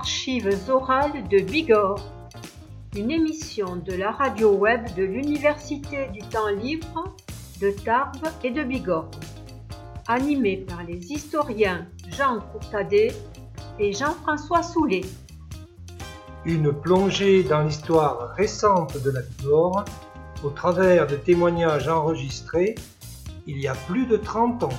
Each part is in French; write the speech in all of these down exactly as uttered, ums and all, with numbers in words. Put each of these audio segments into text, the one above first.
Archives orales de Bigorre, une émission de la radio web de l'Université du Temps Libre de Tarbes et de Bigorre, animée par les historiens Jean Courtadet et Jean-François Soulet. Une plongée dans l'histoire récente de la Bigorre au travers de témoignages enregistrés il y a plus de trente ans.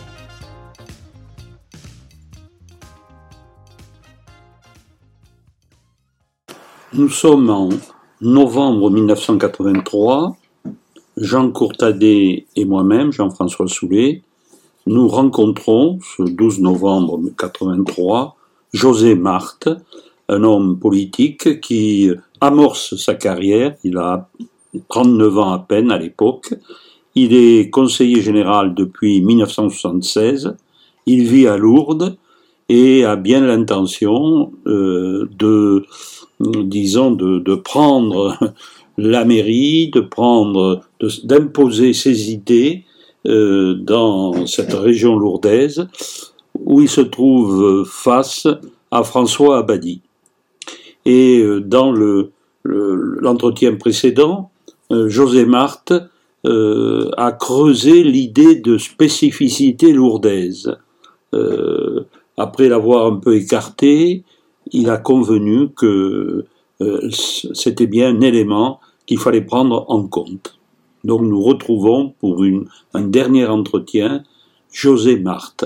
Nous sommes en novembre mille neuf cent quatre-vingt-trois, Jean Courtadet et moi-même, Jean-François Soulet, nous rencontrons ce douze novembre quatre-vingt-trois José Marthe, un homme politique qui amorce sa carrière. Il a trente-neuf ans à peine à l'époque. Il est conseiller général depuis mille neuf cent soixante-seize. Il vit à Lourdes et a bien l'intention euh, de, disons, de, de prendre la mairie, de prendre, de, d'imposer ses idées euh, dans cette région lourdaise où il se trouve face à François Abadie. Et euh, dans le, le, l'entretien précédent, euh, José Marthe euh, a creusé l'idée de spécificité lourdaise. Euh, Après l'avoir un peu écarté, il a convenu que euh, c'était bien un élément qu'il fallait prendre en compte. Donc nous retrouvons pour une, un dernier entretien José Marthe.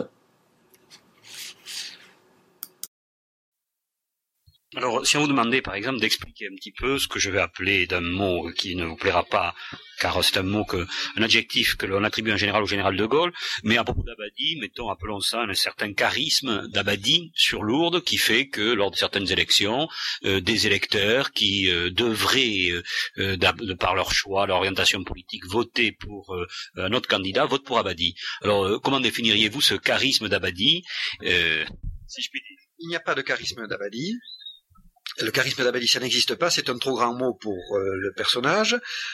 Alors, si on vous demandait, par exemple, d'expliquer un petit peu ce que je vais appeler d'un mot qui ne vous plaira pas, car c'est un mot que, un adjectif que l'on attribue en général au général de Gaulle, mais à propos d'Abadie, mettons, appelons ça un certain charisme d'Abadie sur Lourdes, qui fait que, lors de certaines élections, euh, des électeurs qui euh, devraient, euh, de par leur choix, leur orientation politique, voter pour euh, un autre candidat, votent pour Abadie. Alors, euh, comment définiriez-vous ce charisme d'Abadie, euh, si je puis dire? Il n'y a pas de charisme d'Abadie. Le charisme d'Abadie, ça n'existe pas, c'est un trop grand mot pour euh, le personnage.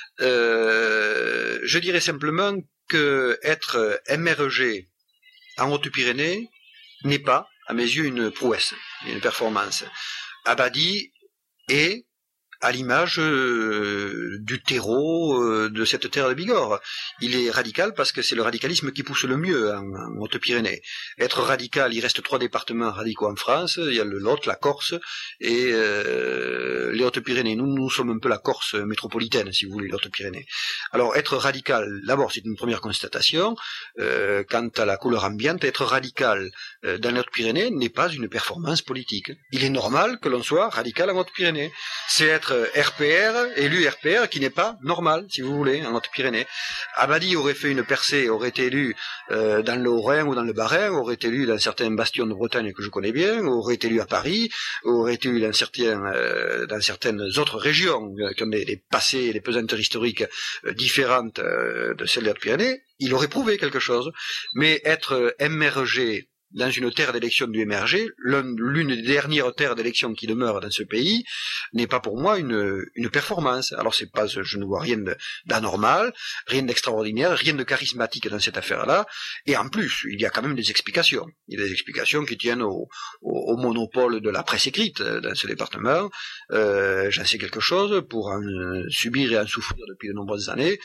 Euh, je dirais simplement que être M R G en Haute-Pyrénées n'est pas, à mes yeux, une prouesse, une performance. Abadie est à l'image euh, du terreau euh, de cette terre de Bigorre. Il est radical parce que c'est le radicalisme qui pousse le mieux en, en Haute-Pyrénées. Être radical, il reste trois départements radicaux en France, il y a le Lot, la Corse et euh, les Hautes-Pyrénées. Nous, nous sommes un peu la Corse métropolitaine, si vous voulez, les Hautes-Pyrénées. Alors, être radical, d'abord, c'est une première constatation. Euh, quant à la couleur ambiante, être radical euh, dans les Hautes-Pyrénées n'est pas une performance politique. Il est normal que l'on soit radical en Haute-Pyrénées. C'est être R P R, élu R P R, qui n'est pas normal, si vous voulez, en Haute-Pyrénées. Abadie aurait fait une percée, aurait été élu euh, dans le Haut-Rhin ou dans le Bas-Rhin, aurait été élu dans certains bastions de Bretagne que je connais bien, aurait été élu à Paris, aurait été élu dans, certains, euh, dans certaines autres régions euh, qui ont des, des passés, des pesanteurs historiques euh, différentes euh, de celles des Hautes-Pyrénées. Il aurait prouvé quelque chose. Mais être M R G dans une terre d'élection du M R G, l'une des dernières terres d'élection qui demeure dans ce pays, n'est pas pour moi une, une performance. Alors c'est pas, je ne vois rien d'anormal, rien d'extraordinaire, rien de charismatique dans cette affaire-là, et en plus, il y a quand même des explications. Il y a des explications qui tiennent au, au, au monopole de la presse écrite dans ce département. Euh, j'en sais quelque chose, pour en subir et en souffrir depuis de nombreuses années.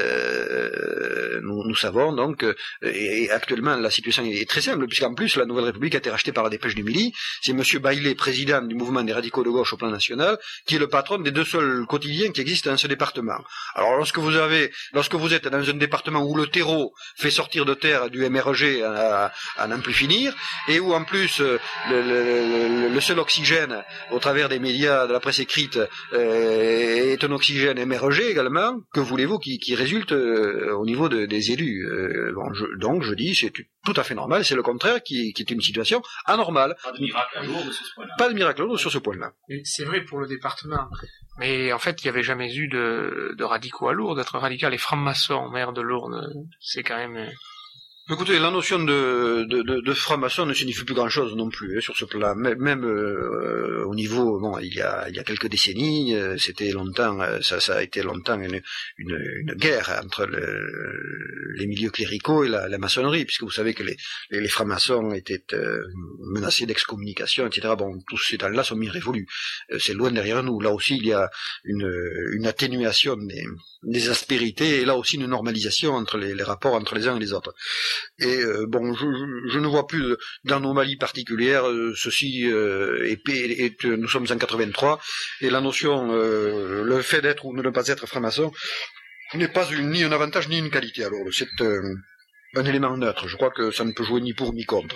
Euh, nous, nous savons donc, et actuellement la situation est très simple, puisqu'en En plus, la Nouvelle République a été rachetée par la Dépêche du Midi. C'est M. Baillet, président du mouvement des radicaux de gauche au plan national, qui est le patron des deux seuls quotidiens qui existent dans ce département. Alors, lorsque vous avez, lorsque vous êtes dans un département où le terreau fait sortir de terre du M R G à, à n'en plus finir, et où en plus le, le, le seul oxygène au travers des médias, de la presse écrite, euh, est un oxygène M R G également, que voulez-vous qui, qui résulte euh, au niveau de, des élus. Euh, bon, je, donc, je dis, c'est tout à fait normal, c'est le contraire qui, qui est une situation anormale. Pas de miracle à Lourdes sur ce point-là. Pas de miracle à Lourdes sur ce point-là. C'est vrai pour le département. Mais en fait, il n'y avait jamais eu de, de radicaux à Lourdes. Être radical et franc-maçon, maire de Lourdes, c'est quand même Écoutez, la notion de, de, de, de franc-maçon ne signifie plus grand-chose non plus hein, sur ce plan. Même, même euh, au niveau, bon, il y a, il y a quelques décennies, euh, c'était longtemps, ça, ça a été longtemps une, une, une guerre entre le, les milieux cléricaux et la, la maçonnerie, puisque vous savez que les, les, les francs-maçons étaient euh, menacés d'excommunication, et cetera. Bon, tous ces temps-là sont mis révolus. Euh, c'est loin derrière nous. Là aussi, il y a une, une atténuation des, des aspérités et là aussi une normalisation entre les, les rapports entre les uns et les autres. Et euh, bon, je, je ne vois plus d'anomalie particulière. Euh, ceci euh, est, est, est, nous sommes en quatre-vingt-trois et la notion, euh, le fait d'être ou de ne pas être franc-maçon n'est pas une, ni un avantage ni une qualité. Alors c'est euh, un élément neutre. Je crois que ça ne peut jouer ni pour ni contre.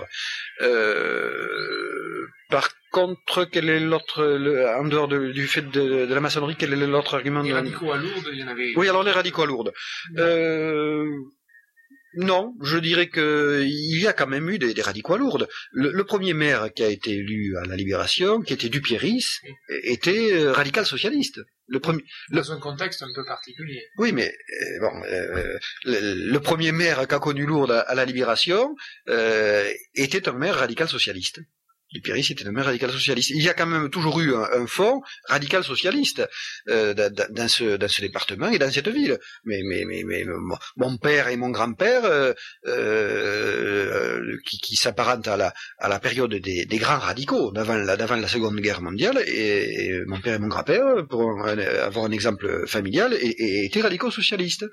Euh, par contre, quel est l'autre, le, en dehors de, du fait de, de la maçonnerie, quel est l'autre argument? Les de... radicaux à Lourdes, il y en avait. Oui, alors les radicaux à Lourdes. Euh, Non, je dirais que il y a quand même eu des, des radicaux à Lourdes. Le, le premier maire qui a été élu à la Libération, qui était Dupierris, était euh, radical socialiste. Le premier, le... Dans un contexte un peu particulier. Oui, mais euh, bon, euh, le, le premier maire qu'a connu Lourdes à, à la Libération euh, était un maire radical socialiste. Dupierris était un maire radical socialiste. Il y a quand même toujours eu un, un fond radical socialiste euh, dans, dans, ce, dans ce département et dans cette ville. Mais, mais, mais, mais mon père et mon grand-père, euh, euh, qui, qui s'apparentent à la, à la période des, des grands radicaux d'avant la, d'avant la Seconde Guerre mondiale, et, et mon père et mon grand-père, pour un, avoir un exemple familial, et, et étaient radicaux socialistes.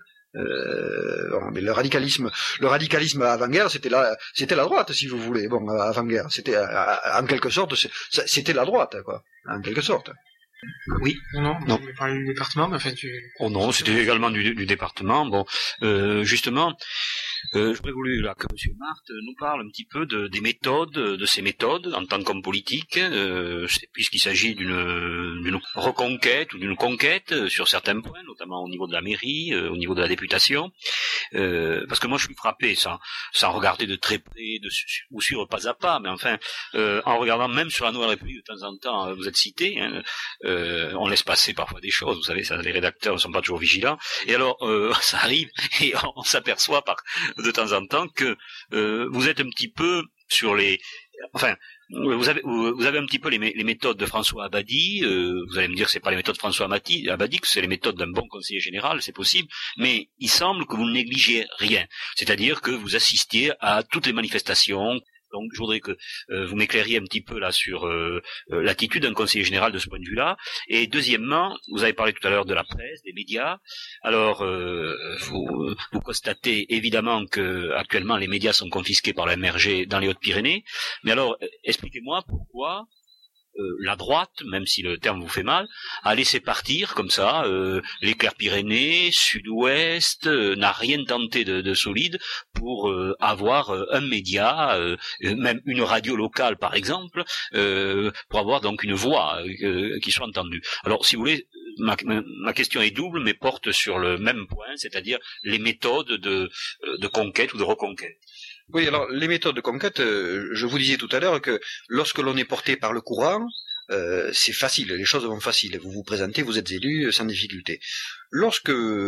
Euh, bon, mais le radicalisme, le radicalisme avant-guerre, c'était la, c'était la droite, si vous voulez. Bon, avant-guerre, c'était en quelque sorte, c'était la droite, quoi, en quelque sorte. Oui. Non, non. On parlait du département, mais enfin, tu. Oh non, c'était également du, du département. Bon, euh, justement. Euh, j'aurais voulu là que M. Marthe nous parle un petit peu de, des méthodes, de ses méthodes en tant qu'homme politique, euh, puisqu'il s'agit d'une, d'une reconquête ou d'une conquête sur certains points, notamment au niveau de la mairie, euh, au niveau de la députation. Euh, parce que moi je suis frappé, sans, sans regarder de très près, de, ou suivre pas à pas, mais enfin, euh, en regardant même sur la Nouvelle République de temps en temps, vous êtes cité, hein, euh, on laisse passer parfois des choses, vous savez, ça, les rédacteurs ne sont pas toujours vigilants, et alors euh, ça arrive, et on, on s'aperçoit par de temps en temps que euh, vous êtes un petit peu sur les, enfin, vous avez vous avez un petit peu les, les méthodes de François Abadie. Euh, vous allez me dire que c'est pas les méthodes de François Abadie, que c'est les méthodes d'un bon conseiller général, c'est possible. Mais il semble que vous ne négligez rien, c'est-à-dire que vous assistiez à toutes les manifestations. Donc, je voudrais que euh, vous m'éclairiez un petit peu là sur euh, euh, l'attitude d'un conseiller général de ce point de vue-là. Et deuxièmement, vous avez parlé tout à l'heure de la presse, des médias. Alors, euh, vous, vous constatez évidemment que actuellement les médias sont confisqués par la M R G dans les Hautes-Pyrénées. Mais alors, expliquez-moi pourquoi euh, la droite, même si le terme vous fait mal, a laissé partir comme ça euh, les Clairs-Pyrénées, Sud-Ouest, euh, n'a rien tenté de, de solide pour euh, avoir euh, un média, euh, même une radio locale par exemple, euh, pour avoir donc une voix euh, qui soit entendue. Alors si vous voulez, ma, ma question est double, mais porte sur le même point, c'est-à-dire les méthodes de, de conquête ou de reconquête. Oui, alors les méthodes de conquête, euh, je vous disais tout à l'heure que lorsque l'on est porté par le courant, euh, c'est facile, les choses vont facile. Vous vous présentez, vous êtes élu sans difficulté. Lorsque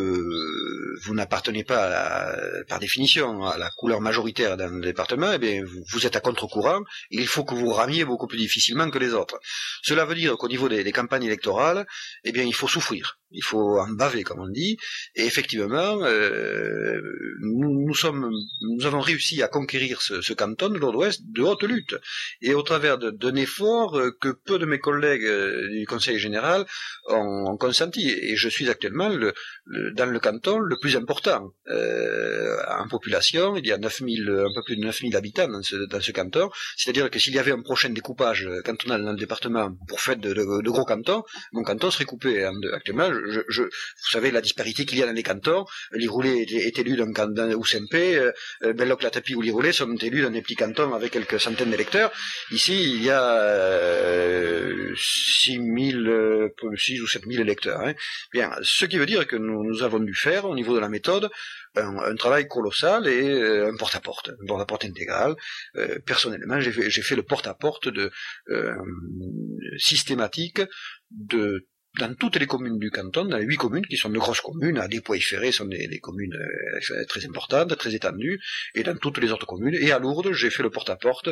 vous n'appartenez pas, à la, par définition, à la couleur majoritaire dans le département, eh bien, vous, vous êtes à contre-courant, et il faut que vous ramiez beaucoup plus difficilement que les autres. Cela veut dire qu'au niveau des, des campagnes électorales, eh bien, il faut souffrir. Il faut en baver, comme on dit. Et effectivement, euh, nous, nous sommes, nous avons réussi à conquérir ce, ce canton de l'Ouest de haute lutte. Et au travers d'un effort que peu de mes collègues du Conseil général ont, ont consenti. Et je suis actuellement le, le, dans le canton le plus important. Euh, en population, il y a neuf mille, un peu plus de neuf mille habitants dans ce, dans ce canton. C'est-à-dire que s'il y avait un prochain découpage cantonal dans le département pour faire de, de, de gros cantons, mon canton serait coupé en deux. Actuellement, je, je, vous savez la disparité qu'il y a dans les cantons. Liroulet est, est élu dans, dans ou Saint-Pé, euh, Belloc-la-Tapie ou Liroulet sont élus dans des petits cantons avec quelques centaines d'électeurs. Ici, il y a euh, six mille, euh, six ou sept mille électeurs. Hein. Bien, ce qui veut dire que nous, nous avons dû faire, au niveau de la méthode, un, un travail colossal et euh, un porte-à-porte, un porte-à-porte intégral. Euh, personnellement, j'ai fait, j'ai fait le porte-à-porte de, euh, systématique de dans toutes les communes du canton, dans les huit communes qui sont de grosses communes, à des Poix-Ferré sont des, des communes euh, très importantes, très étendues, et dans toutes les autres communes. Et à Lourdes, j'ai fait le porte-à-porte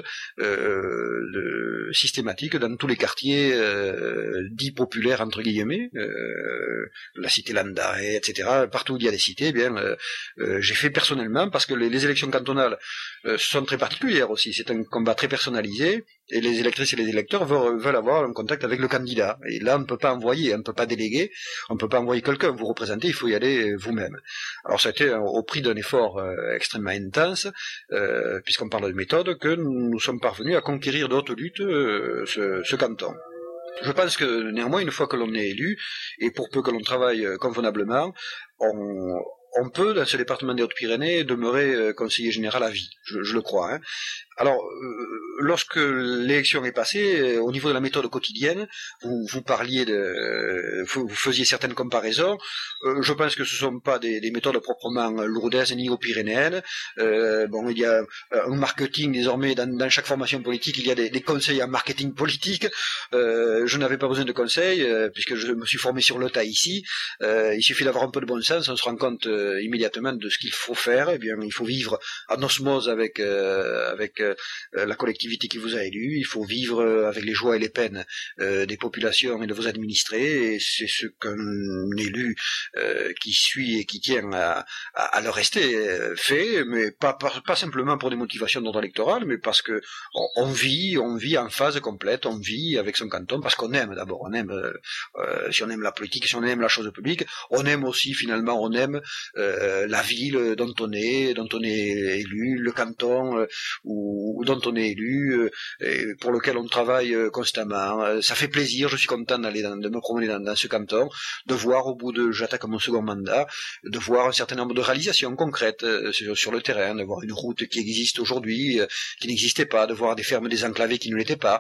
euh, de, systématique dans tous les quartiers euh, dits populaires entre guillemets, euh, la cité Landaret, et cetera. Partout où il y a des cités, eh bien, euh, euh, j'ai fait personnellement parce que les, les élections cantonales euh, sont très particulières aussi. C'est un combat très personnalisé. Et les électrices et les électeurs veulent, veulent avoir un contact avec le candidat. Et là, on ne peut pas envoyer, on ne peut pas déléguer, on ne peut pas envoyer quelqu'un vous représenter, il faut y aller vous-même. Alors ça a été au prix d'un effort euh, extrêmement intense, euh, puisqu'on parle de méthode, que nous sommes parvenus à conquérir de haute lutte euh, ce, ce canton. Je pense que néanmoins, une fois que l'on est élu, et pour peu que l'on travaille convenablement, on... on peut, dans ce département des Hautes-Pyrénées, demeurer euh, conseiller général à vie, je, je le crois. Hein. Alors, euh, lorsque l'élection est passée, euh, au niveau de la méthode quotidienne, vous, vous parliez de, euh, vous, vous faisiez certaines comparaisons. Euh, je pense que ce ne sont pas des, des méthodes proprement lourdaises ni haut-pyrénéennes. Euh, bon, il y a un marketing désormais dans, dans chaque formation politique, il y a des, des conseils en marketing politique. Euh, je n'avais pas besoin de conseils euh, puisque je me suis formé sur le tas ici. Euh, il suffit d'avoir un peu de bon sens, on se rend compte euh, immédiatement de ce qu'il faut faire. Eh bien, il faut vivre en osmose avec euh, avec euh, la collectivité qui vous a élu. Il faut vivre euh, avec les joies et les peines euh, des populations et de vos administrés. Et c'est ce qu'un élu euh, qui suit et qui tient à, à, à le rester euh, fait, mais pas, pas pas simplement pour des motivations d'ordre électoral, mais parce que on, on vit, on vit en phase complète. On vit avec son canton parce qu'on aime d'abord. On aime euh, euh, si on aime la politique, si on aime la chose publique, on aime aussi finalement, on aime euh, la ville dont on est, dont on est élu, le canton euh, ou, ou dont on est élu, euh, et pour lequel on travaille euh, constamment. Euh, ça fait plaisir, je suis content d'aller dans, de me promener dans, dans ce canton, de voir au bout de, j'attaque mon second mandat, de voir un certain nombre de réalisations concrètes euh, sur, sur le terrain, de voir une route qui existe aujourd'hui, euh, qui n'existait pas, de voir des fermes désenclavées qui ne l'étaient pas.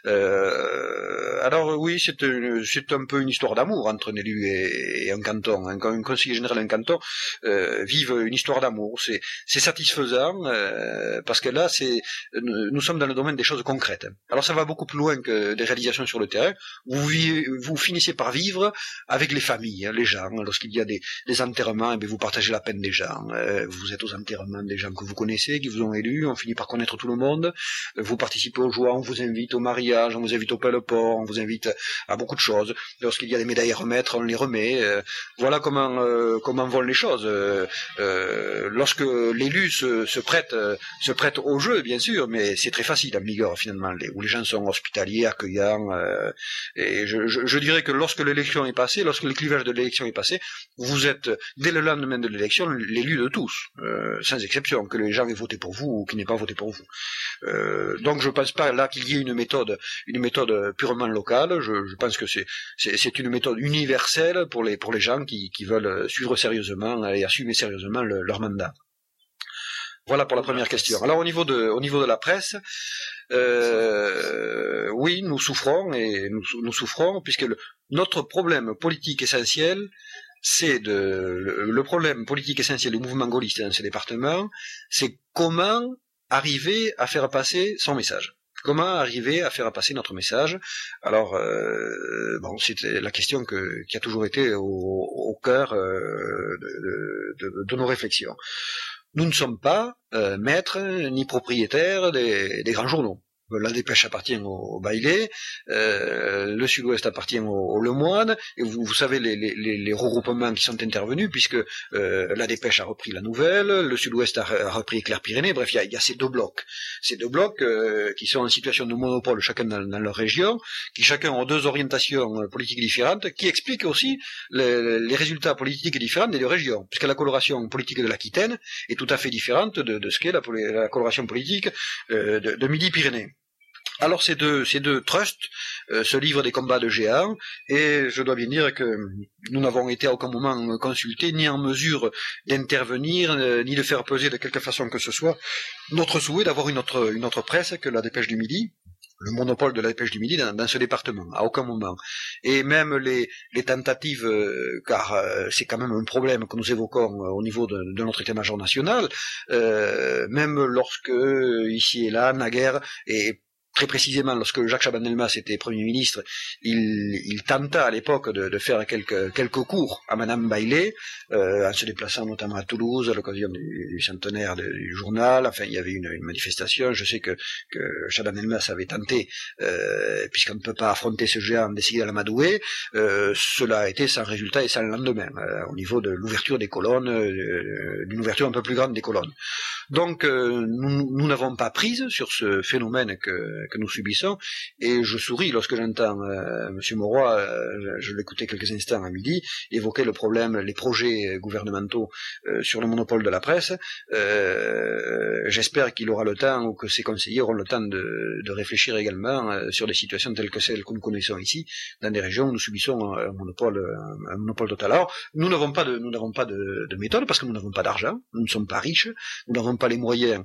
Euh, alors oui, c'est, une, c'est un peu une histoire d'amour entre un élu et, et un canton. Un, un conseiller général et un canton euh, vivent une histoire d'amour. C'est, c'est satisfaisant euh, parce que là, c'est, nous sommes dans le domaine des choses concrètes. Alors ça va beaucoup plus loin que des réalisations sur le terrain. Vous, vous finissez par vivre avec les familles, hein, les gens. Lorsqu'il y a des, des enterrements, eh bien, vous partagez la peine des gens. Euh, vous êtes aux enterrements des gens que vous connaissez, qui vous ont élus. On finit par connaître tout le monde. Vous participez aux joies, on vous invite au mariage, on vous invite au pelle-port, on vous invite à beaucoup de choses. Lorsqu'il y a des médailles à remettre, on les remet. Euh, voilà comment euh, comment vont les choses. Euh, euh, lorsque l'élu se, se prête euh, se prête au jeu, bien sûr, mais c'est très facile à Bigorre finalement, les, où les gens sont hospitaliers, accueillants. Euh, et je, je, je dirais que lorsque l'élection est passée, lorsque le clivage de l'élection est passé, vous êtes dès le lendemain de l'élection l'élu de tous, euh, sans exception, que les gens aient voté pour vous ou qu'ils n'aient pas voté pour vous. Euh, donc je pense pas là qu'il y ait une méthode, une méthode purement locale. Je, je pense que c'est, c'est, c'est une méthode universelle pour les pour les gens qui, qui veulent suivre sérieusement et assumer sérieusement le, leur mandat. Voilà pour la première question. Alors au niveau de au niveau de la presse, euh, oui, nous souffrons et nous, nous souffrons puisque le, notre problème politique essentiel, c'est de le, le problème politique essentiel du mouvement gaulliste dans ce département, c'est comment arriver à faire passer son message. Comment arriver à faire passer notre message? Alors, euh, bon, c'est la question que, qui a toujours été au, au cœur euh, de, de, de nos réflexions. Nous ne sommes pas euh, maîtres ni propriétaires des, des grands journaux. La Dépêche appartient au, au Bailey, euh, le Sud-Ouest appartient au, au Le Moine, et vous, vous savez les, les, les regroupements qui sont intervenus, puisque euh, la Dépêche a repris La Nouvelle, le Sud-Ouest a, a repris Éclair-Pyrénées, bref, il y a, il y a ces deux blocs. Ces deux blocs euh, qui sont en situation de monopole chacun dans, dans leur région, qui chacun ont deux orientations politiques différentes, qui expliquent aussi les, les résultats politiques différents des deux régions, puisque la coloration politique de l'Aquitaine est tout à fait différente de, de ce qu'est la, la coloration politique euh, de, de Midi-Pyrénées. Alors ces deux, ces deux trusts euh, se livrent des combats de géants, et je dois bien dire que nous n'avons été à aucun moment consultés, ni en mesure d'intervenir, euh, ni de faire peser de quelque façon que ce soit notre souhait d'avoir une autre, une autre presse que la Dépêche du Midi, le monopole de la Dépêche du Midi dans, dans ce département, à aucun moment. Et même les, les tentatives, euh, car euh, c'est quand même un problème que nous évoquons euh, au niveau de, de notre état-major national, euh, même lorsque, ici et là, naguère, et Très précisément, lorsque Jacques Chaban-Delmas était Premier ministre, il, il tenta à l'époque de, de faire quelques, quelques cours à Madame Baillet, euh, en se déplaçant notamment à Toulouse à l'occasion du, du centenaire de, du journal. Enfin, il y avait une, une manifestation. Je sais que, que Chaban-Delmas avait tenté, euh, puisqu'on ne peut pas affronter ce géant, d'essayer à l'amadouer. Euh, cela a été sans résultat et sans lendemain, euh, au niveau de l'ouverture des colonnes, euh, d'une ouverture un peu plus grande des colonnes. Donc, euh, nous, nous n'avons pas prise sur ce phénomène que que nous subissons, et je souris lorsque j'entends euh, M. Mauroy, euh, je l'écoutais quelques instants à midi, évoquer le problème, les projets gouvernementaux euh, sur le monopole de la presse. Euh, j'espère qu'il aura le temps, ou que ses conseillers auront le temps de, de réfléchir également euh, sur des situations telles que celles que nous connaissons ici, dans des régions où nous subissons un monopole, un monopole total. Alors, nous n'avons pas de, nous n'avons pas de, de méthode, parce que nous n'avons pas d'argent, nous ne sommes pas riches, nous n'avons pas les moyens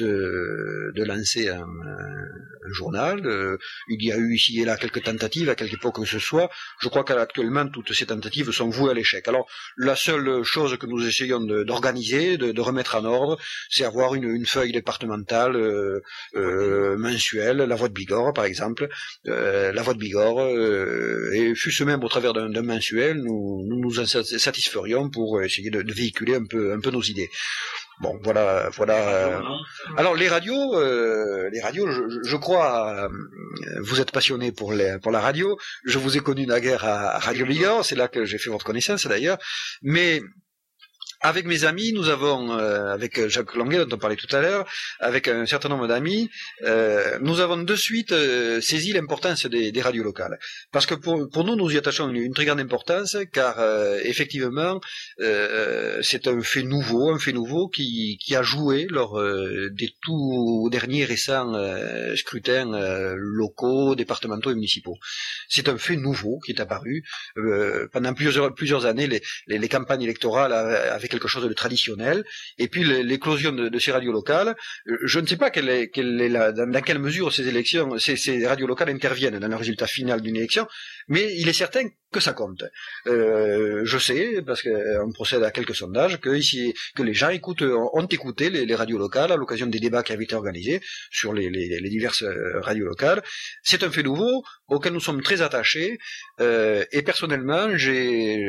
de, de lancer un, un journal. Euh, il y a eu ici et là quelques tentatives, à quelque époque que ce soit. Je crois qu'actuellement, toutes ces tentatives sont vouées à l'échec. Alors, la seule chose que nous essayons de, d'organiser, de, de remettre en ordre, c'est avoir une, une feuille départementale euh, euh, mensuelle, la Voix de Bigorre, par exemple. Euh, la Voix de Bigorre, euh, et fût-ce même au travers d'un, d'un mensuel, nous, nous nous en satisferions pour essayer de, de véhiculer un peu, un peu nos idées. Bon, voilà, voilà. Alors les radios, euh, les radios, je, je crois, euh, vous êtes passionné pour les, pour la radio. Je vous ai connu naguère à, à Radio Bigorre, c'est là que j'ai fait votre connaissance d'ailleurs. Mais avec mes amis, nous avons, euh, avec Jacques Longuet, dont on parlait tout à l'heure, avec un certain nombre d'amis, euh, nous avons de suite euh, saisi l'importance des, des radios locales. Parce que pour, pour nous, nous y attachons une, une très grande importance, car euh, effectivement, euh, c'est un fait nouveau, un fait nouveau qui, qui a joué lors euh, des tout derniers récents euh, scrutins euh, locaux, départementaux et municipaux. C'est un fait nouveau qui est apparu. Euh, pendant plusieurs, plusieurs années, les, les, les campagnes électorales avaient quelque chose de traditionnel, et puis l'éclosion de, de ces radios locales, je ne sais pas quelle est, quelle est la, dans, dans quelle mesure ces élections, ces, ces radios locales interviennent dans le résultat final d'une élection, mais il est certain que ça compte. Euh, je sais, parce qu'on procède à quelques sondages, que ici, que les gens écoutent, ont écouté les, les radios locales à l'occasion des débats qui avaient été organisés sur les, les, les diverses radios locales. C'est un fait nouveau auquel nous sommes très attachés, euh, et personnellement, j'ai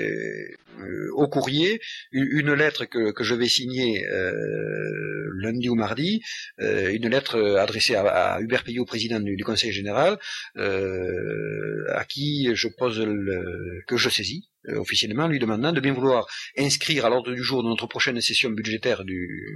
euh, au courrier une lettre que, que je vais signer euh, lundi ou mardi, euh, une lettre adressée à, à Hubert Payot, président du, du Conseil général, euh, à qui je pose le, que je saisis euh, officiellement, lui demandant de bien vouloir inscrire à l'ordre du jour de notre prochaine session budgétaire du,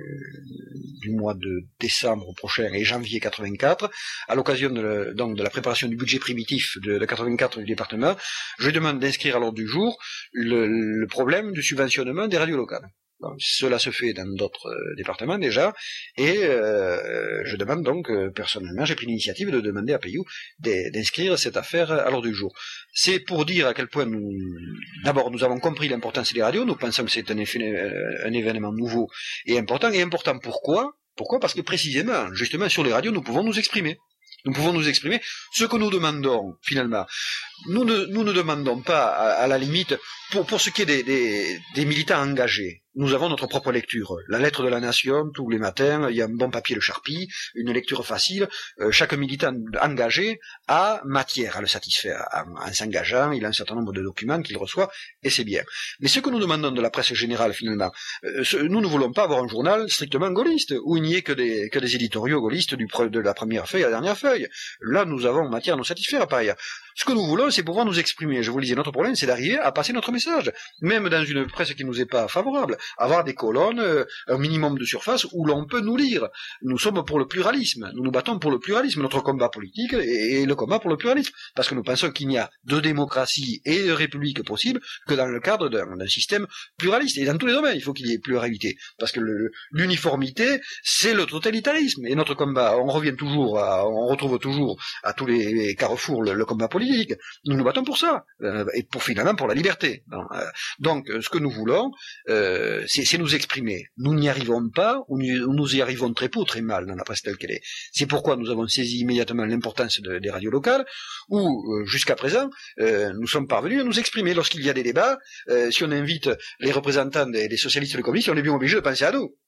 du mois de décembre prochain et janvier quatre-vingt-quatre, à l'occasion de, donc de la préparation du budget primitif de, de quatre-vingt-quatre du département, je lui demande d'inscrire à l'ordre du jour le, le problème du subventionnement des radios locales. Donc, cela se fait dans d'autres euh, départements déjà, et euh, je demande donc, euh, personnellement, j'ai pris l'initiative de demander à Payou d'inscrire cette affaire à l'ordre du jour. C'est pour dire à quel point nous, d'abord, nous avons compris l'importance des radios, nous pensons que c'est un, un événement nouveau et important, et important pourquoi ? Pourquoi ? Parce que précisément, justement, sur les radios, nous pouvons nous exprimer. Nous pouvons nous exprimer. Ce que nous demandons, finalement, nous ne, nous ne demandons pas, à, à la limite, pour, pour ce qui est des, des, des militants engagés, nous avons notre propre lecture. La lettre de la Nation, tous les matins, il y a un bon papier de Charpie, une lecture facile. Euh, chaque militant engagé a matière à le satisfaire. En, en s'engageant, il a un certain nombre de documents qu'il reçoit, et c'est bien. Mais ce que nous demandons de la presse générale, finalement, euh, ce, nous ne voulons pas avoir un journal strictement gaulliste, où il n'y ait que des, que des éditoriaux gaullistes du, de la première feuille à la dernière feuille. Là, nous avons matière à nous satisfaire, par ailleurs. Ce que nous voulons, c'est pouvoir nous exprimer. Je vous le disais, notre problème, c'est d'arriver à passer notre message. Même dans une presse qui nous est pas favorable. Avoir des colonnes, euh, un minimum de surface où l'on peut nous lire. Nous sommes pour le pluralisme. Nous nous battons pour le pluralisme. Notre combat politique est, est le combat pour le pluralisme. Parce que nous pensons qu'il n'y a de démocratie et de république possible que dans le cadre d'un, d'un système pluraliste. Et dans tous les domaines, il faut qu'il y ait pluralité. Parce que le, l'uniformité, c'est le totalitarisme. Et notre combat, on revient toujours, à, on retrouve toujours à tous les, les carrefours le, le combat politique. Nous nous battons pour ça, euh, et pour finalement pour la liberté. Bon, euh, donc, ce que nous voulons, euh, c'est, c'est nous exprimer. Nous n'y arrivons pas, ou nous, nous y arrivons très peu ou très mal dans la presse telle qu'elle est. C'est pourquoi nous avons saisi immédiatement l'importance de, des radios locales, où, euh, jusqu'à présent, euh, nous sommes parvenus à nous exprimer. Lorsqu'il y a des débats, euh, si on invite les représentants des, des socialistes et des communistes, on est bien obligé de penser à nous.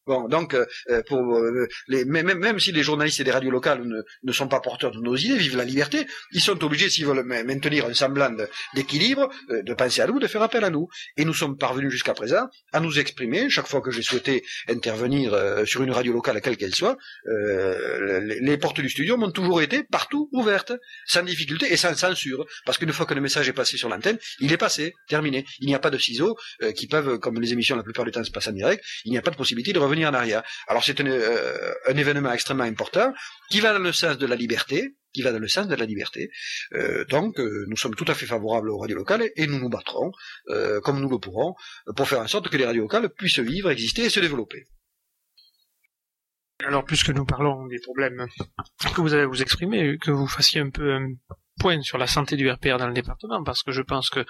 Bon, donc, euh, pour euh, les, même, même si les journalistes et les radios locales ne, ne sont pas porteurs de nos idées, vivent la liberté, ils sont obligés, s'ils veulent maintenir un semblant d'équilibre, euh, de penser à nous, de faire appel à nous. Et nous sommes parvenus jusqu'à présent à nous exprimer. Chaque fois que j'ai souhaité intervenir euh, sur une radio locale, quelle qu'elle soit, euh, les, les portes du studio m'ont toujours été partout ouvertes, sans difficulté et sans censure. Parce qu'une fois que le message est passé sur l'antenne, il est passé, terminé. Il n'y a pas de ciseaux euh, qui peuvent, comme les émissions la plupart du temps se passent en direct, il n'y a pas de possibilité de revenir en arrière. Alors c'est un, euh, un événement extrêmement important qui va dans le sens de la liberté, qui va dans le sens de la liberté. Euh, donc euh, nous sommes tout à fait favorables aux radios locales et nous nous battrons, euh, comme nous le pourrons, pour faire en sorte que les radios locales puissent vivre, exister et se développer. Alors, puisque nous parlons des problèmes que vous avez vous exprimer, que vous fassiez un peu un point sur la santé du R P R dans le département, parce que je pense que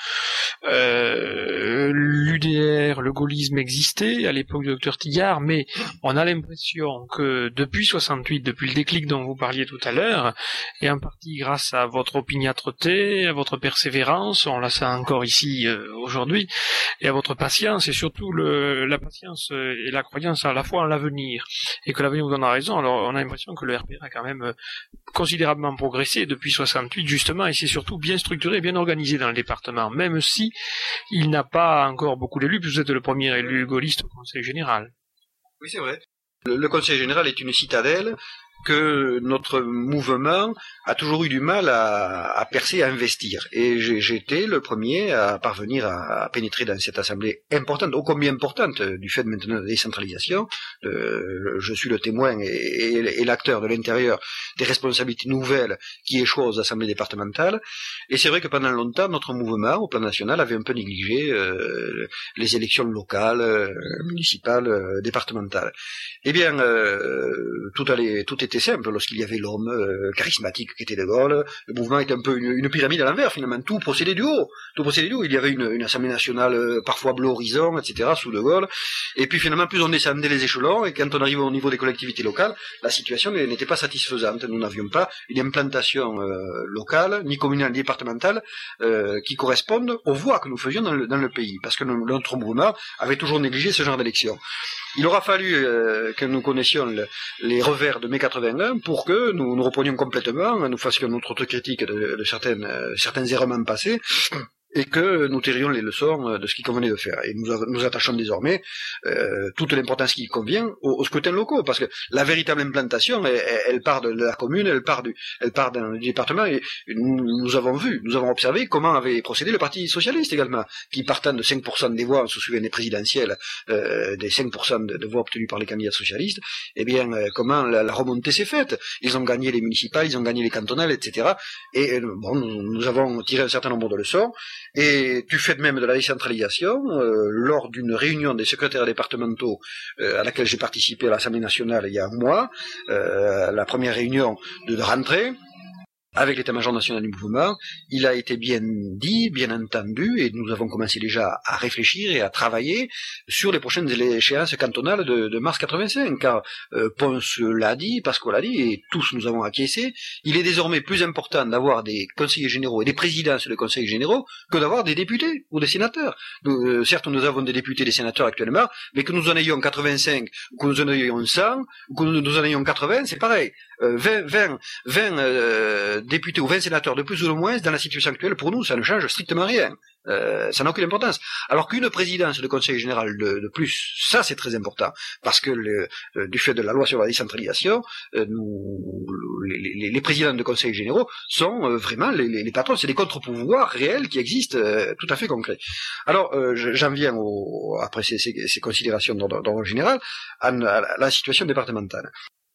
euh, l'U D R, le gaullisme existait à l'époque du docteur Tigard, mais on a l'impression que depuis soixante-huit, depuis le déclic dont vous parliez tout à l'heure, et en partie grâce à votre opiniâtreté, à votre persévérance, on la sent encore ici euh, aujourd'hui, et à votre patience, et surtout le, la patience et la croyance à la fois en l'avenir, et que l'avenir vous donne raison. Alors on a l'impression que le R P R a quand même considérablement progressé depuis soixante-huit, justement, et c'est surtout bien structuré et bien organisé dans le département, même si il n'a pas encore beaucoup d'élus, puisque vous êtes le premier élu gaulliste au Conseil général. Oui, c'est vrai. Le, le Conseil général est une citadelle que notre mouvement a toujours eu du mal à, à percer, à investir. Et j'ai, j'ai été le premier à parvenir à, à pénétrer dans cette assemblée importante, ô combien importante, du fait de maintenant de la décentralisation. Euh, je suis le témoin et, et, et l'acteur de l'intérieur des responsabilités nouvelles qui échoient aux assemblées départementales. Et c'est vrai que pendant longtemps, notre mouvement, au plan national, avait un peu négligé euh, les élections locales, euh, municipales, euh, départementales. Eh bien, euh, tout allait, tout était simple lorsqu'il y avait l'homme euh, charismatique qui était De Gaulle. Le mouvement était un peu une, une pyramide à l'envers, finalement. Tout procédait du haut. Tout procédait du haut. Il y avait une, une assemblée nationale euh, parfois bleu horizon, et cetera, sous De Gaulle. Et puis finalement, plus on descendait les échelons, et quand on arrivait au niveau des collectivités locales, la situation n'était pas satisfaisante. Nous n'avions pas une implantation euh, locale, ni communale, ni départementale, euh, qui corresponde aux voies que nous faisions dans le, dans le pays. Parce que nous, notre mouvement avait toujours négligé ce genre d'élection. Il aura fallu euh, que nous connaissions le, les revers de mai quatre-vingt-un pour que nous nous reprenions complètement, nous fassions notre autocritique de, de certaines, euh, certains errements passés, et que nous tirions les leçons de ce qu'il convenait de faire. Et nous, nous attachons désormais euh, toute l'importance qui convient aux, aux scrutins locaux, parce que la véritable implantation, elle, elle part de la commune, elle part du, elle part du département, et nous, nous avons vu, nous avons observé comment avait procédé le Parti socialiste également, qui partant de cinq pour cent des voix, on se souvient des présidentielles, euh, des cinq pour cent de, de voix obtenues par les candidats socialistes, eh bien, euh, comment la, la remontée s'est faite. Ils ont gagné les municipales, ils ont gagné les cantonales, et cetera. Et euh, bon, nous, nous avons tiré un certain nombre de leçons. Et du fait même de la décentralisation, euh, lors d'une réunion des secrétaires départementaux euh, à laquelle j'ai participé à l'Assemblée nationale il y a un mois, euh, la première réunion de, de rentrée, avec l'état-major national du mouvement, il a été bien dit, bien entendu, et nous avons commencé déjà à réfléchir et à travailler sur les prochaines échéances cantonales de, de mars quatre-vingt-cinq, car euh, Ponce l'a dit, Pasqua l'a dit, et tous nous avons acquiescé, il est désormais plus important d'avoir des conseillers généraux et des présidences de conseils généraux que d'avoir des députés ou des sénateurs. Nous, euh, certes, nous avons des députés et des sénateurs actuellement, mais que nous en ayons quatre-vingt-cinq, ou que nous en ayons cent, ou que nous en ayons quatre-vingts, c'est pareil. Euh, vingt, vingt, vingt euh, députés ou vingt sénateurs de plus ou de moins, dans la situation actuelle, pour nous, ça ne change strictement rien. Euh, ça n'a aucune importance. Alors qu'une présidence de conseil général de, de plus, ça c'est très important, parce que le, euh, du fait de la loi sur la décentralisation, euh, nous, les, les, les présidents de conseils généraux sont euh, vraiment les, les, les patrons, c'est des contre-pouvoirs réels qui existent, euh, tout à fait concrets. Alors euh, j'en viens au, après ces, ces, ces considérations d'ordre général, à, à la situation départementale.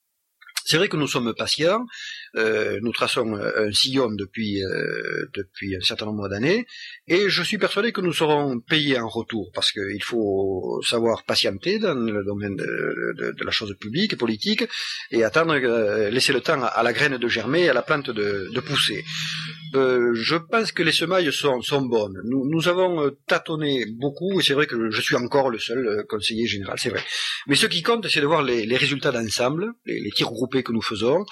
C'est vrai que nous sommes patients, euh, nous traçons un sillon depuis, euh, depuis un certain nombre d'années, et je suis persuadé que nous serons payés en retour, parce qu'il faut savoir patienter dans le domaine de, de, de la chose publique et politique, et attendre, euh, laisser le temps à la graine de germer, à la plante de, de pousser. Euh, je pense que les semailles sont, sont bonnes. Nous, nous avons tâtonné beaucoup, et c'est vrai que je suis encore le seul conseiller général, c'est vrai. Mais ce qui compte, c'est de voir les, les résultats d'ensemble, les, les tirs groupés que nous faisons,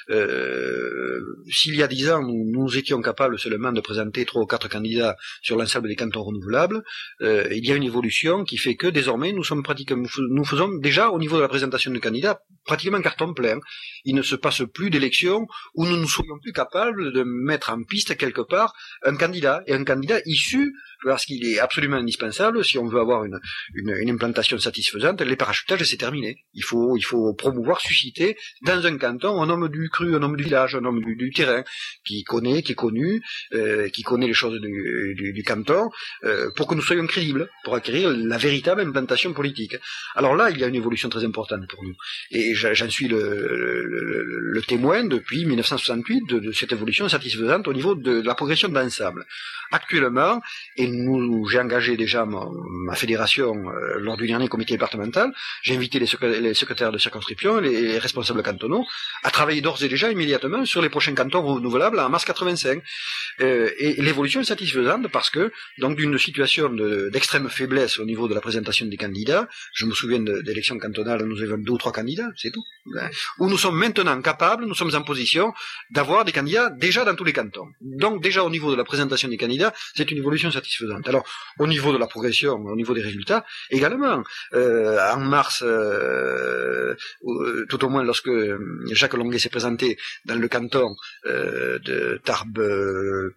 Euh, s'il y a dix ans, nous, nous étions capables seulement de présenter trois ou quatre candidats sur l'ensemble des cantons renouvelables, euh, il y a une évolution qui fait que désormais nous sommes pratiquement, nous faisons déjà au niveau de la présentation de candidats pratiquement carton plein. Il ne se passe plus d'élections où nous ne soyons plus capables de mettre en piste quelque part un candidat, et un candidat issu, parce qu'il est absolument indispensable si on veut avoir une, une, une implantation satisfaisante. Les parachutages, c'est terminé. Il faut, il faut promouvoir, susciter dans un canton un homme du cru, un homme du village, un homme du, du terrain, qui connaît, qui est connu, euh, qui connaît les choses du, du, du canton, euh, pour que nous soyons crédibles, pour acquérir la véritable implantation politique. Alors là, il y a une évolution très importante pour nous. Et j'en suis le, le, le témoin depuis mille neuf cent soixante-huit de, de cette évolution satisfaisante au niveau de, de la progression d'ensemble. Actuellement, et nous, j'ai engagé déjà ma, ma fédération euh, lors du dernier comité départemental, j'ai invité les, secré les secrétaires de circonscription, les, les responsables cantonaux, à travailler d'ores et déjà immédiatement sur les prochains cantons renouvelables en mars quatre-vingt-cinq. Euh, et l'évolution est satisfaisante parce que, donc, d'une situation d'extrême de, faiblesse au niveau de la présentation des candidats, je me souviens d'élections cantonales, nous avions deux ou trois candidats, c'est tout, où nous sommes maintenant capables, nous sommes en position d'avoir des candidats déjà dans tous les cantons. Donc, déjà au niveau de la présentation des candidats, c'est une évolution satisfaisante. Alors, au niveau de la progression, au niveau des résultats, également, euh, en mars, euh, tout au moins lorsque Jacques Longuet s'est présenté dans le canton euh, de Tarbes euh,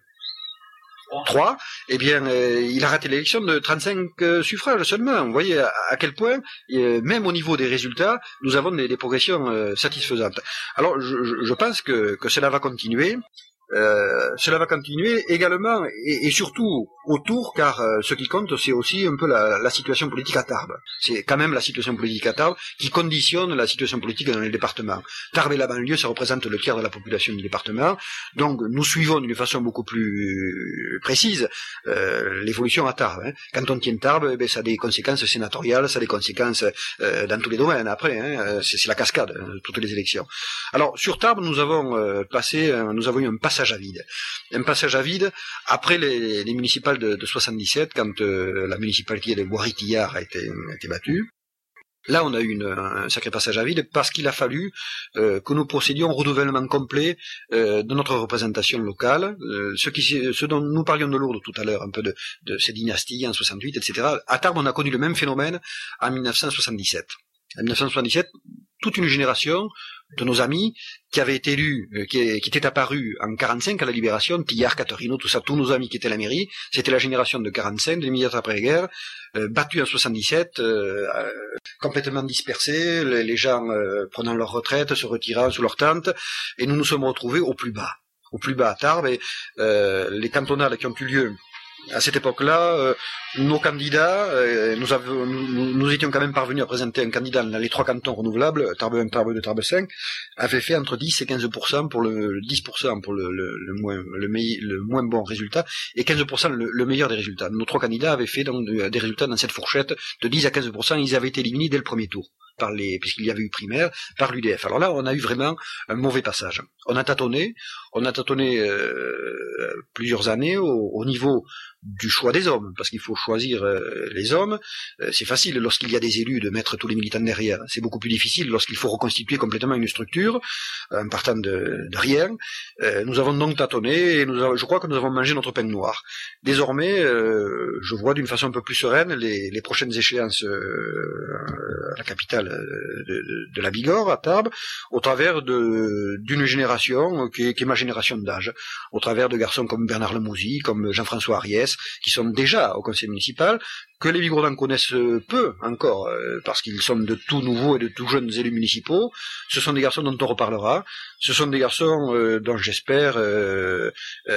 trois, eh bien, euh, il a raté l'élection de trente-cinq euh, suffrages seulement. Vous voyez à, à quel point, euh, même au niveau des résultats, nous avons des, des progressions euh, satisfaisantes. Alors, je, je pense que, que cela va continuer. Euh, cela va continuer également et, et surtout autour, car euh, ce qui compte, c'est aussi un peu la, la situation politique à Tarbes. C'est quand même la situation politique à Tarbes qui conditionne la situation politique dans les départements. Tarbes et la banlieue, ça représente le tiers de la population du département, donc nous suivons d'une façon beaucoup plus précise euh, l'évolution à Tarbes. Hein. Quand on tient Tarbes, eh bien, ça a des conséquences sénatoriales, ça a des conséquences euh, dans tous les domaines après, hein. c'est la cascade, hein, toutes les élections. Alors sur Tarbes, nous avons euh, passé, euh, nous avons eu un passage à vide. Un passage à vide après les, les municipales de, de soixante-dix-sept, quand euh, la municipalité de Boiritillard a été, a été battue. Là, on a eu une, un sacré passage à vide parce qu'il a fallu euh, que nous procédions au renouvellement complet euh, de notre représentation locale. Euh, ce, qui, ce dont nous parlions de Lourdes tout à l'heure, un peu de, de ces dynasties en soixante-huit, et cetera. À Tarbes, on a connu le même phénomène en mille neuf cent soixante-dix-sept. En mille neuf cent soixante-dix-sept, toute une génération de nos amis qui avaient été élus, euh, qui, qui étaient apparus en quarante-cinq à la Libération, Tillard, Caterino, tout ça, tous nos amis qui étaient à la mairie, c'était la génération de quarante-cinq, de l'immédiat après-guerre, euh, battus en soixante-dix-sept, euh, euh, complètement dispersés, les, les gens euh, prenant leur retraite, se retirant sous leur tente, et nous nous sommes retrouvés au plus bas, au plus bas à Tarbes, et euh, les cantonales qui ont eu lieu à cette époque-là, euh, nos candidats, euh, nous, avons, nous, nous étions quand même parvenus à présenter un candidat dans les trois cantons renouvelables, Tarbes un, Tarbes deux, Tarbes cinq, avait fait entre dix et quinze pour cent pour le dix pour cent pour le, le, le, moins, le, meille, le moins bon résultat et quinze pour cent le, le meilleur des résultats. Nos trois candidats avaient fait donc des résultats dans cette fourchette de dix à quinze pour cent, ils avaient été éliminés dès le premier tour, par les, puisqu'il y avait eu primaire, par l'U D F. Alors là, on a eu vraiment un mauvais passage. On a tâtonné, on a tâtonné euh, plusieurs années au, au niveau du choix des hommes, parce qu'il faut choisir euh, les hommes. Euh, c'est facile lorsqu'il y a des élus de mettre tous les militants derrière. C'est beaucoup plus difficile lorsqu'il faut reconstituer complètement une structure euh, en partant de, de rien. Euh, nous avons donc tâtonné et nous avons, je crois que nous avons mangé notre pain noir. Désormais, euh, je vois d'une façon un peu plus sereine les, les prochaines échéances euh, à la capitale de, de, de la Bigorre, à Tarbes, au travers de d'une génération qui est, qui est ma génération d'âge, au travers de garçons comme Bernard Lemouzy, comme Jean-François Ariès, qui sont déjà au conseil municipal, que les Bigourdans connaissent peu encore, euh, parce qu'ils sont de tout nouveaux et de tout jeunes élus municipaux. Ce sont des garçons dont on reparlera. Ce sont des garçons euh, dont j'espère, euh,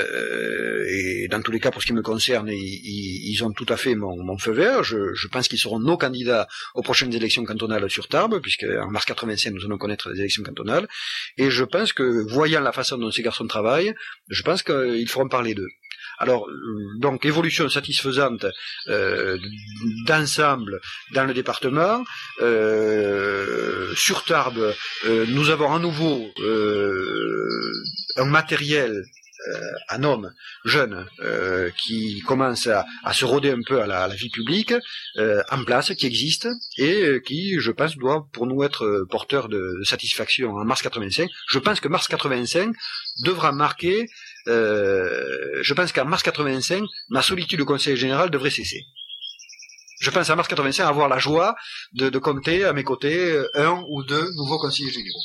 euh, et dans tous les cas pour ce qui me concerne, ils, ils ont tout à fait mon, mon feu vert. Je, je pense qu'ils seront nos candidats aux prochaines élections cantonales sur Tarbes, puisque en mars quatre-vingt-cinq nous allons connaître les élections cantonales. Et je pense que, voyant la façon dont ces garçons travaillent, je pense qu'ils feront parler d'eux. Alors, donc, évolution satisfaisante euh, d'ensemble dans le département. Euh, sur Tarbes, euh, nous avons à nouveau euh, un matériel euh, un homme jeune euh, qui commence à, à se rôder un peu à la, à la vie publique, euh, en place, qui existe, et euh, qui, je pense, doit pour nous être porteur de, de satisfaction en mars quatre-vingt-cinq. Je pense que mars quatre-vingt-cinq devra marquer, euh, je pense qu'en mars quatre-vingt-cinq, ma solitude au Conseil général devrait cesser. Je pense à mars quatre-vingt-cinq avoir la joie de, de compter à mes côtés un ou deux nouveaux conseillers généraux.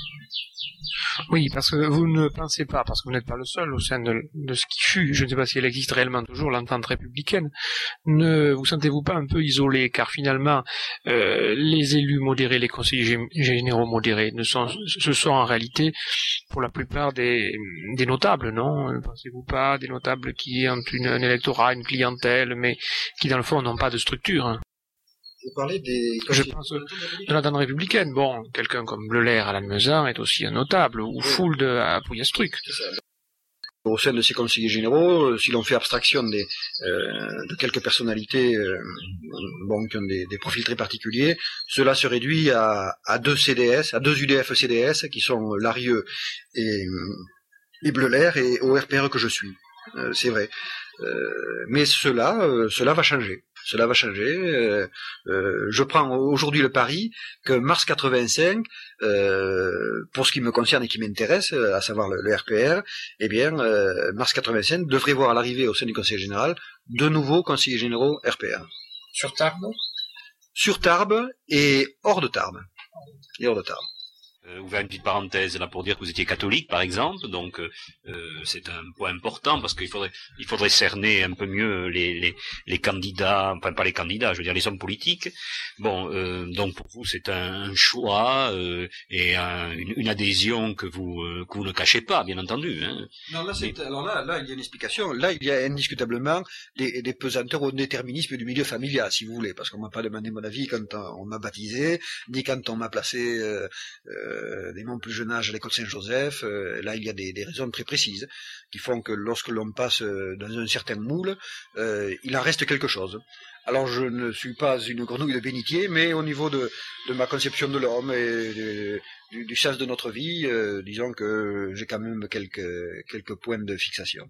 Oui, parce que vous ne pensez pas, parce que vous n'êtes pas le seul au sein de, de ce qui fut, je ne sais pas si elle existe réellement toujours, l'entente républicaine, ne vous sentez-vous pas un peu isolé, car finalement, euh, les élus modérés, les conseillers généraux modérés, ne sont, ce sont en réalité, pour la plupart, des, des notables, non? Ne pensez-vous pas, des notables qui ont une, un électorat, une clientèle, mais qui dans le fond n'ont pas de structure, hein? Vous parlez des... Je pense de l'entente républicaine. Bon, quelqu'un comme Bleuler à Lannemezan est aussi un notable, ou Oui. Fould à Pouillastruc. Au sein de ces conseillers généraux, si l'on fait abstraction des, euh, de quelques personnalités euh, bon, qui ont des, des profils très particuliers, cela se réduit à, à deux C D S, à deux U D F C D S, qui sont Larieux et, et Bleuler, et au R P R que je suis. Euh, c'est vrai. Euh, mais cela, euh, cela va changer. Cela va changer. Euh, euh, je prends aujourd'hui le pari que mars quatre-vingt-cinq, euh, pour ce qui me concerne et qui m'intéresse, à savoir le, le R P R, eh bien, euh, mars quatre-vingt-cinq devrait voir à l'arrivée au sein du Conseil général de nouveaux conseillers généraux R P R. Sur Tarbes? Sur Tarbes et hors de Tarbes. Et hors de Tarbes. Euh, ouvert une petite parenthèse là pour dire que vous étiez catholique par exemple, donc euh, c'est un point important parce qu'il faudrait il faudrait cerner un peu mieux les les, les candidats, enfin pas les candidats, je veux dire les hommes politiques. Bon, euh, donc pour vous c'est un choix euh, et un, une, une adhésion que vous euh, que vous ne cachez pas, bien entendu. Hein. Non, là, c'est, Mais... alors là, là, il y a une explication. Là, il y a indiscutablement des, des pesanteurs au déterminisme du milieu familial, si vous voulez, parce qu'on m'a pas demandé mon avis quand on m'a baptisé, ni quand on m'a placé euh, euh, dès mon plus jeune âge à l'école Saint-Joseph. Euh, là, il y a des, des raisons très précises qui font que lorsque l'on passe dans un certain moule, euh, il en reste quelque chose. Alors, je ne suis pas une grenouille de bénitier, mais au niveau de, de ma conception de l'homme et de, du, du sens de notre vie, euh, disons que j'ai quand même quelques, quelques points de fixation.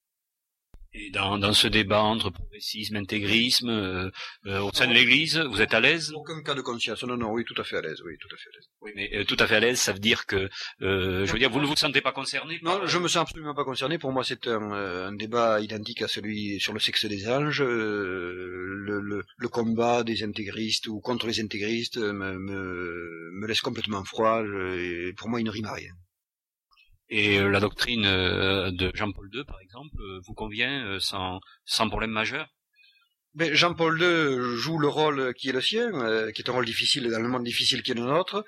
Et dans, dans ce débat entre progressisme, intégrisme, euh, euh, au sein de l'Église, vous êtes à l'aise? Aucun cas de conscience. Non, non, oui, tout à fait à l'aise, oui, tout à fait à l'aise. Oui, mais euh, tout à fait à l'aise, ça veut dire que, euh, je veux dire, vous ne vous sentez pas concerné? Non, par... je me sens absolument pas concerné. Pour moi, c'est un, un débat identique à celui sur le sexe des anges. Euh, le, le, le combat des intégristes ou contre les intégristes me, me, me laisse complètement froid. Je, pour moi, il ne rime à rien. Et euh, la doctrine euh, de Jean-Paul deux, par exemple, euh, vous convient euh, sans, sans problème majeur? Ben, Jean-Paul deux joue le rôle qui est le sien, euh, qui est un rôle difficile dans le monde difficile qui est le nôtre.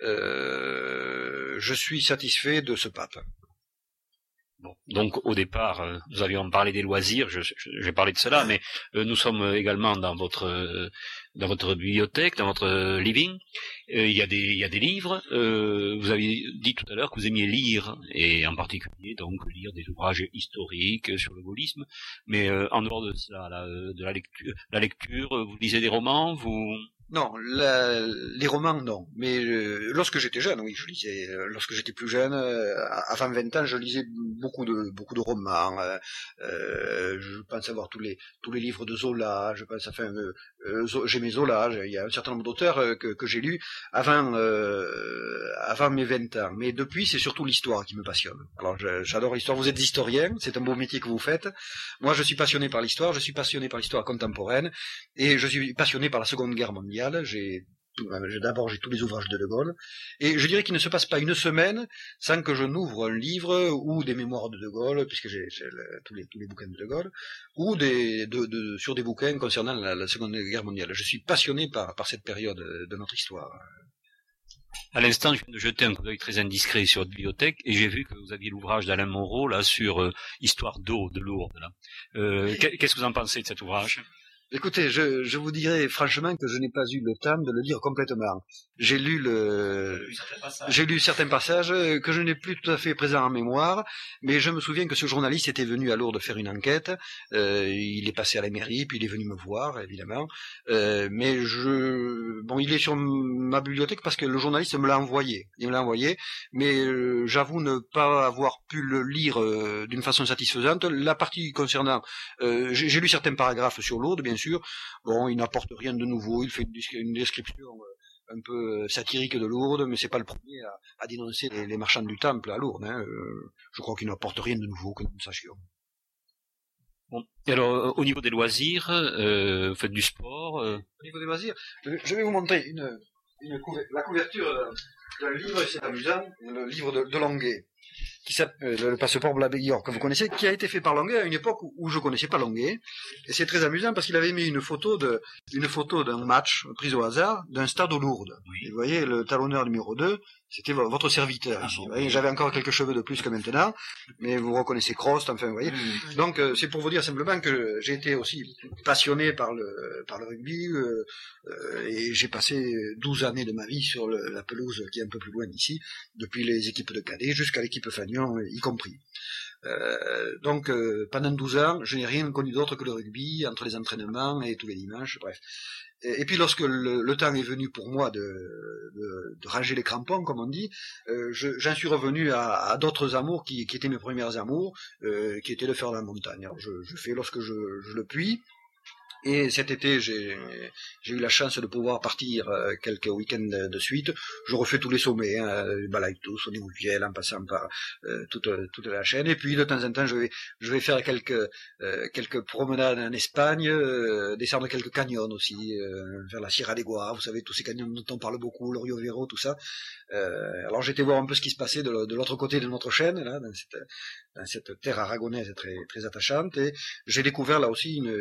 Euh, je suis satisfait de ce pape. Bon, donc au départ, euh, nous avions parlé des loisirs, je, je, j'ai parlé de cela, mais euh, nous sommes également dans votre euh, dans votre bibliothèque, dans votre euh, living. Euh, il y a des il y a des livres. Euh, vous avez dit tout à l'heure que vous aimiez lire, et en particulier donc lire des ouvrages historiques sur le gaullisme. Mais euh, en dehors de ça, la, de la lecture, la lecture, vous lisez des romans, vous Non, la, les romans, non. Mais euh, lorsque j'étais jeune, oui, je lisais. Euh, lorsque j'étais plus jeune, euh, avant vingt ans, je lisais beaucoup de beaucoup de romans. Euh, euh, je pense avoir tous les tous les livres de Zola. Je pense, enfin, euh, euh, j'aimais Zola. Il y a un certain nombre d'auteurs euh, que que j'ai lus avant euh, avant mes vingt ans. Mais depuis, c'est surtout l'histoire qui me passionne. Alors, je, j'adore l'histoire. Vous êtes historien, c'est un beau métier que vous faites. Moi, je suis passionné par l'histoire. Je suis passionné par l'histoire contemporaine, et je suis passionné par la Seconde Guerre mondiale. J'ai, d'abord, j'ai tous les ouvrages de De Gaulle, et je dirais qu'il ne se passe pas une semaine sans que je n'ouvre un livre ou des mémoires de De Gaulle, puisque j'ai, j'ai le, tous les tous les bouquins de De Gaulle, ou des de, de sur des bouquins concernant la, la Seconde Guerre mondiale. Je suis passionné par par cette période de notre histoire. À l'instant, je viens de jeter un coup d'œil très indiscret sur votre bibliothèque et j'ai vu que vous aviez l'ouvrage d'Alain Moreau là sur euh, Histoire d'eau de Lourdes. Là. Euh, qu'est-ce que vous en pensez de cet ouvrage? Écoutez, je, je vous dirais franchement que je n'ai pas eu le temps de le lire complètement. J'ai lu le, j'ai lu certains passages que je n'ai plus tout à fait présents en mémoire, mais je me souviens que ce journaliste était venu à Lourdes faire une enquête. Euh, il est passé à la mairie, puis il est venu me voir, évidemment. Euh, mais je, bon, il est sur ma bibliothèque parce que le journaliste me l'a envoyé. Il me l'a envoyé, mais euh, j'avoue ne pas avoir pu le lire euh, d'une façon satisfaisante. La partie concernant, euh, j'ai, j'ai lu certains paragraphes sur Lourdes, bien sûr. Bon, il n'apporte rien de nouveau, il fait une description un peu satirique de Lourdes, mais c'est pas le premier à, à dénoncer les, les marchands du temple à Lourdes. Hein. Euh, je crois qu'il n'apporte rien de nouveau, que nous ne sachions. Bon. Et alors, au niveau des loisirs, euh, vous faites du sport euh... Au niveau des loisirs, je vais vous montrer une, une couver- la couverture d'un livre, c'est amusant, le livre de, de Longuet, qui s'appelle Le Passeport Bleu Bigorre, que vous connaissez, qui a été fait par Longuet à une époque où, où je connaissais pas Longuet. Et c'est très amusant parce qu'il avait mis une photo de, une photo d'un match pris au hasard d'un stade aux Lourdes. Oui. Et vous voyez, le talonneur numéro deux, c'était votre serviteur. Ah, ici. Bon, vous voyez, j'avais encore quelques cheveux de plus que maintenant, mais vous reconnaissez Crost, enfin, vous voyez. Mmh. Donc, euh, c'est pour vous dire simplement que j'ai été aussi passionné par le, par le rugby, euh, euh, et j'ai passé douze années de ma vie sur le, la pelouse qui est un peu plus loin d'ici, depuis les équipes de cadets jusqu'à l'équipe Fagnon, y compris. Euh, donc, euh, pendant douze ans, je n'ai rien connu d'autre que le rugby, entre les entraînements et tous les dimanches, bref. Et, et puis, lorsque le, le temps est venu pour moi de, de, de ranger les crampons, comme on dit, euh, je, j'en suis revenu à, à d'autres amours qui, qui étaient mes premiers amours, euh, qui étaient de faire la montagne. Alors, je, je fais lorsque je, je le puis. Et cet été, j'ai, j'ai eu la chance de pouvoir partir euh, quelques week-ends de, de suite. Je refais tous les sommets, hein, Balaitos, Sonny-Mouviel, en passant par euh, toute, toute la chaîne. Et puis, de temps en temps, je vais, je vais faire quelques, euh, quelques promenades en Espagne, euh, descendre quelques canyons aussi, euh, vers la Sierra de Guara, vous savez, tous ces canyons dont on parle beaucoup, le Rio Vero, tout ça. Euh, alors, j'étais voir un peu ce qui se passait de, de l'autre côté de notre chaîne, là, dans cette, dans cette terre aragonaise très, très attachante. Et j'ai découvert là aussi une,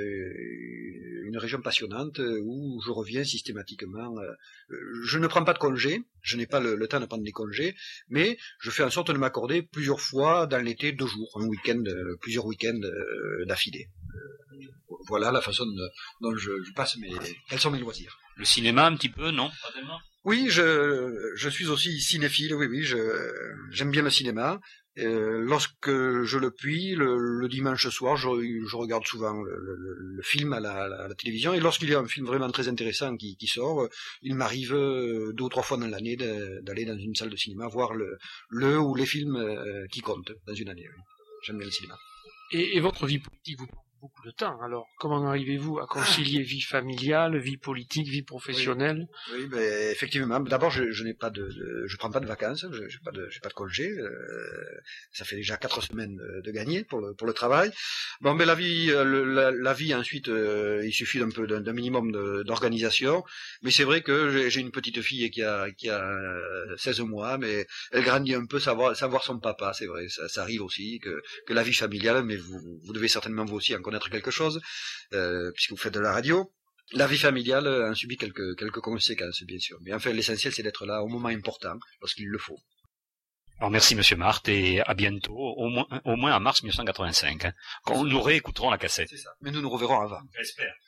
une région passionnante où je reviens systématiquement. Je ne prends pas de congés, je n'ai pas le, le temps de prendre des congés, mais je fais en sorte de m'accorder plusieurs fois dans l'été deux jours, un week-end, plusieurs week-ends d'affilée. Voilà la façon dont je, je passe mes, quels sont mes loisirs. Le cinéma un petit peu, non? Pas tellement. Oui, je, je suis aussi cinéphile, oui, oui, je, j'aime bien le cinéma. Euh, lorsque je le puis, le, le dimanche soir, je, je regarde souvent le, le, le film à la, à la télévision, et lorsqu'il y a un film vraiment très intéressant qui, qui sort, il m'arrive deux ou trois fois dans l'année de, d'aller dans une salle de cinéma voir le, le ou les films qui comptent dans une année. Oui. J'aime bien le cinéma. Et, et votre vie politique, vous prend beaucoup de temps. Alors, comment arrivez-vous à concilier vie familiale, vie politique, vie professionnelle? Oui, oui ben, effectivement. D'abord, je, je n'ai pas de, de, je prends pas de vacances, je n'ai pas de, j'ai pas de congé. Euh, ça fait déjà quatre semaines de gagner pour le, pour le travail. Bon, mais la vie, le, la, la vie ensuite, euh, il suffit d'un peu, d'un, d'un minimum de, d'organisation. Mais c'est vrai que j'ai, j'ai une petite fille qui a, qui a seize mois, mais elle grandit un peu, savoir, savoir son papa, c'est vrai. Ça, ça arrive aussi que, que la vie familiale, mais vous, vous devez certainement vous aussi en connaître quelque chose, euh, puisque vous faites de la radio. La vie familiale en subit quelques, quelques conséquences, bien sûr. Mais enfin, l'essentiel, c'est d'être là au moment important, lorsqu'il le faut. Alors merci Monsieur Marthe, et à bientôt, au moins, au moins en mars mille neuf cent quatre-vingt-cinq. Hein, quand nous réécouterons la cassette. C'est ça. Mais nous nous reverrons avant. J'espère.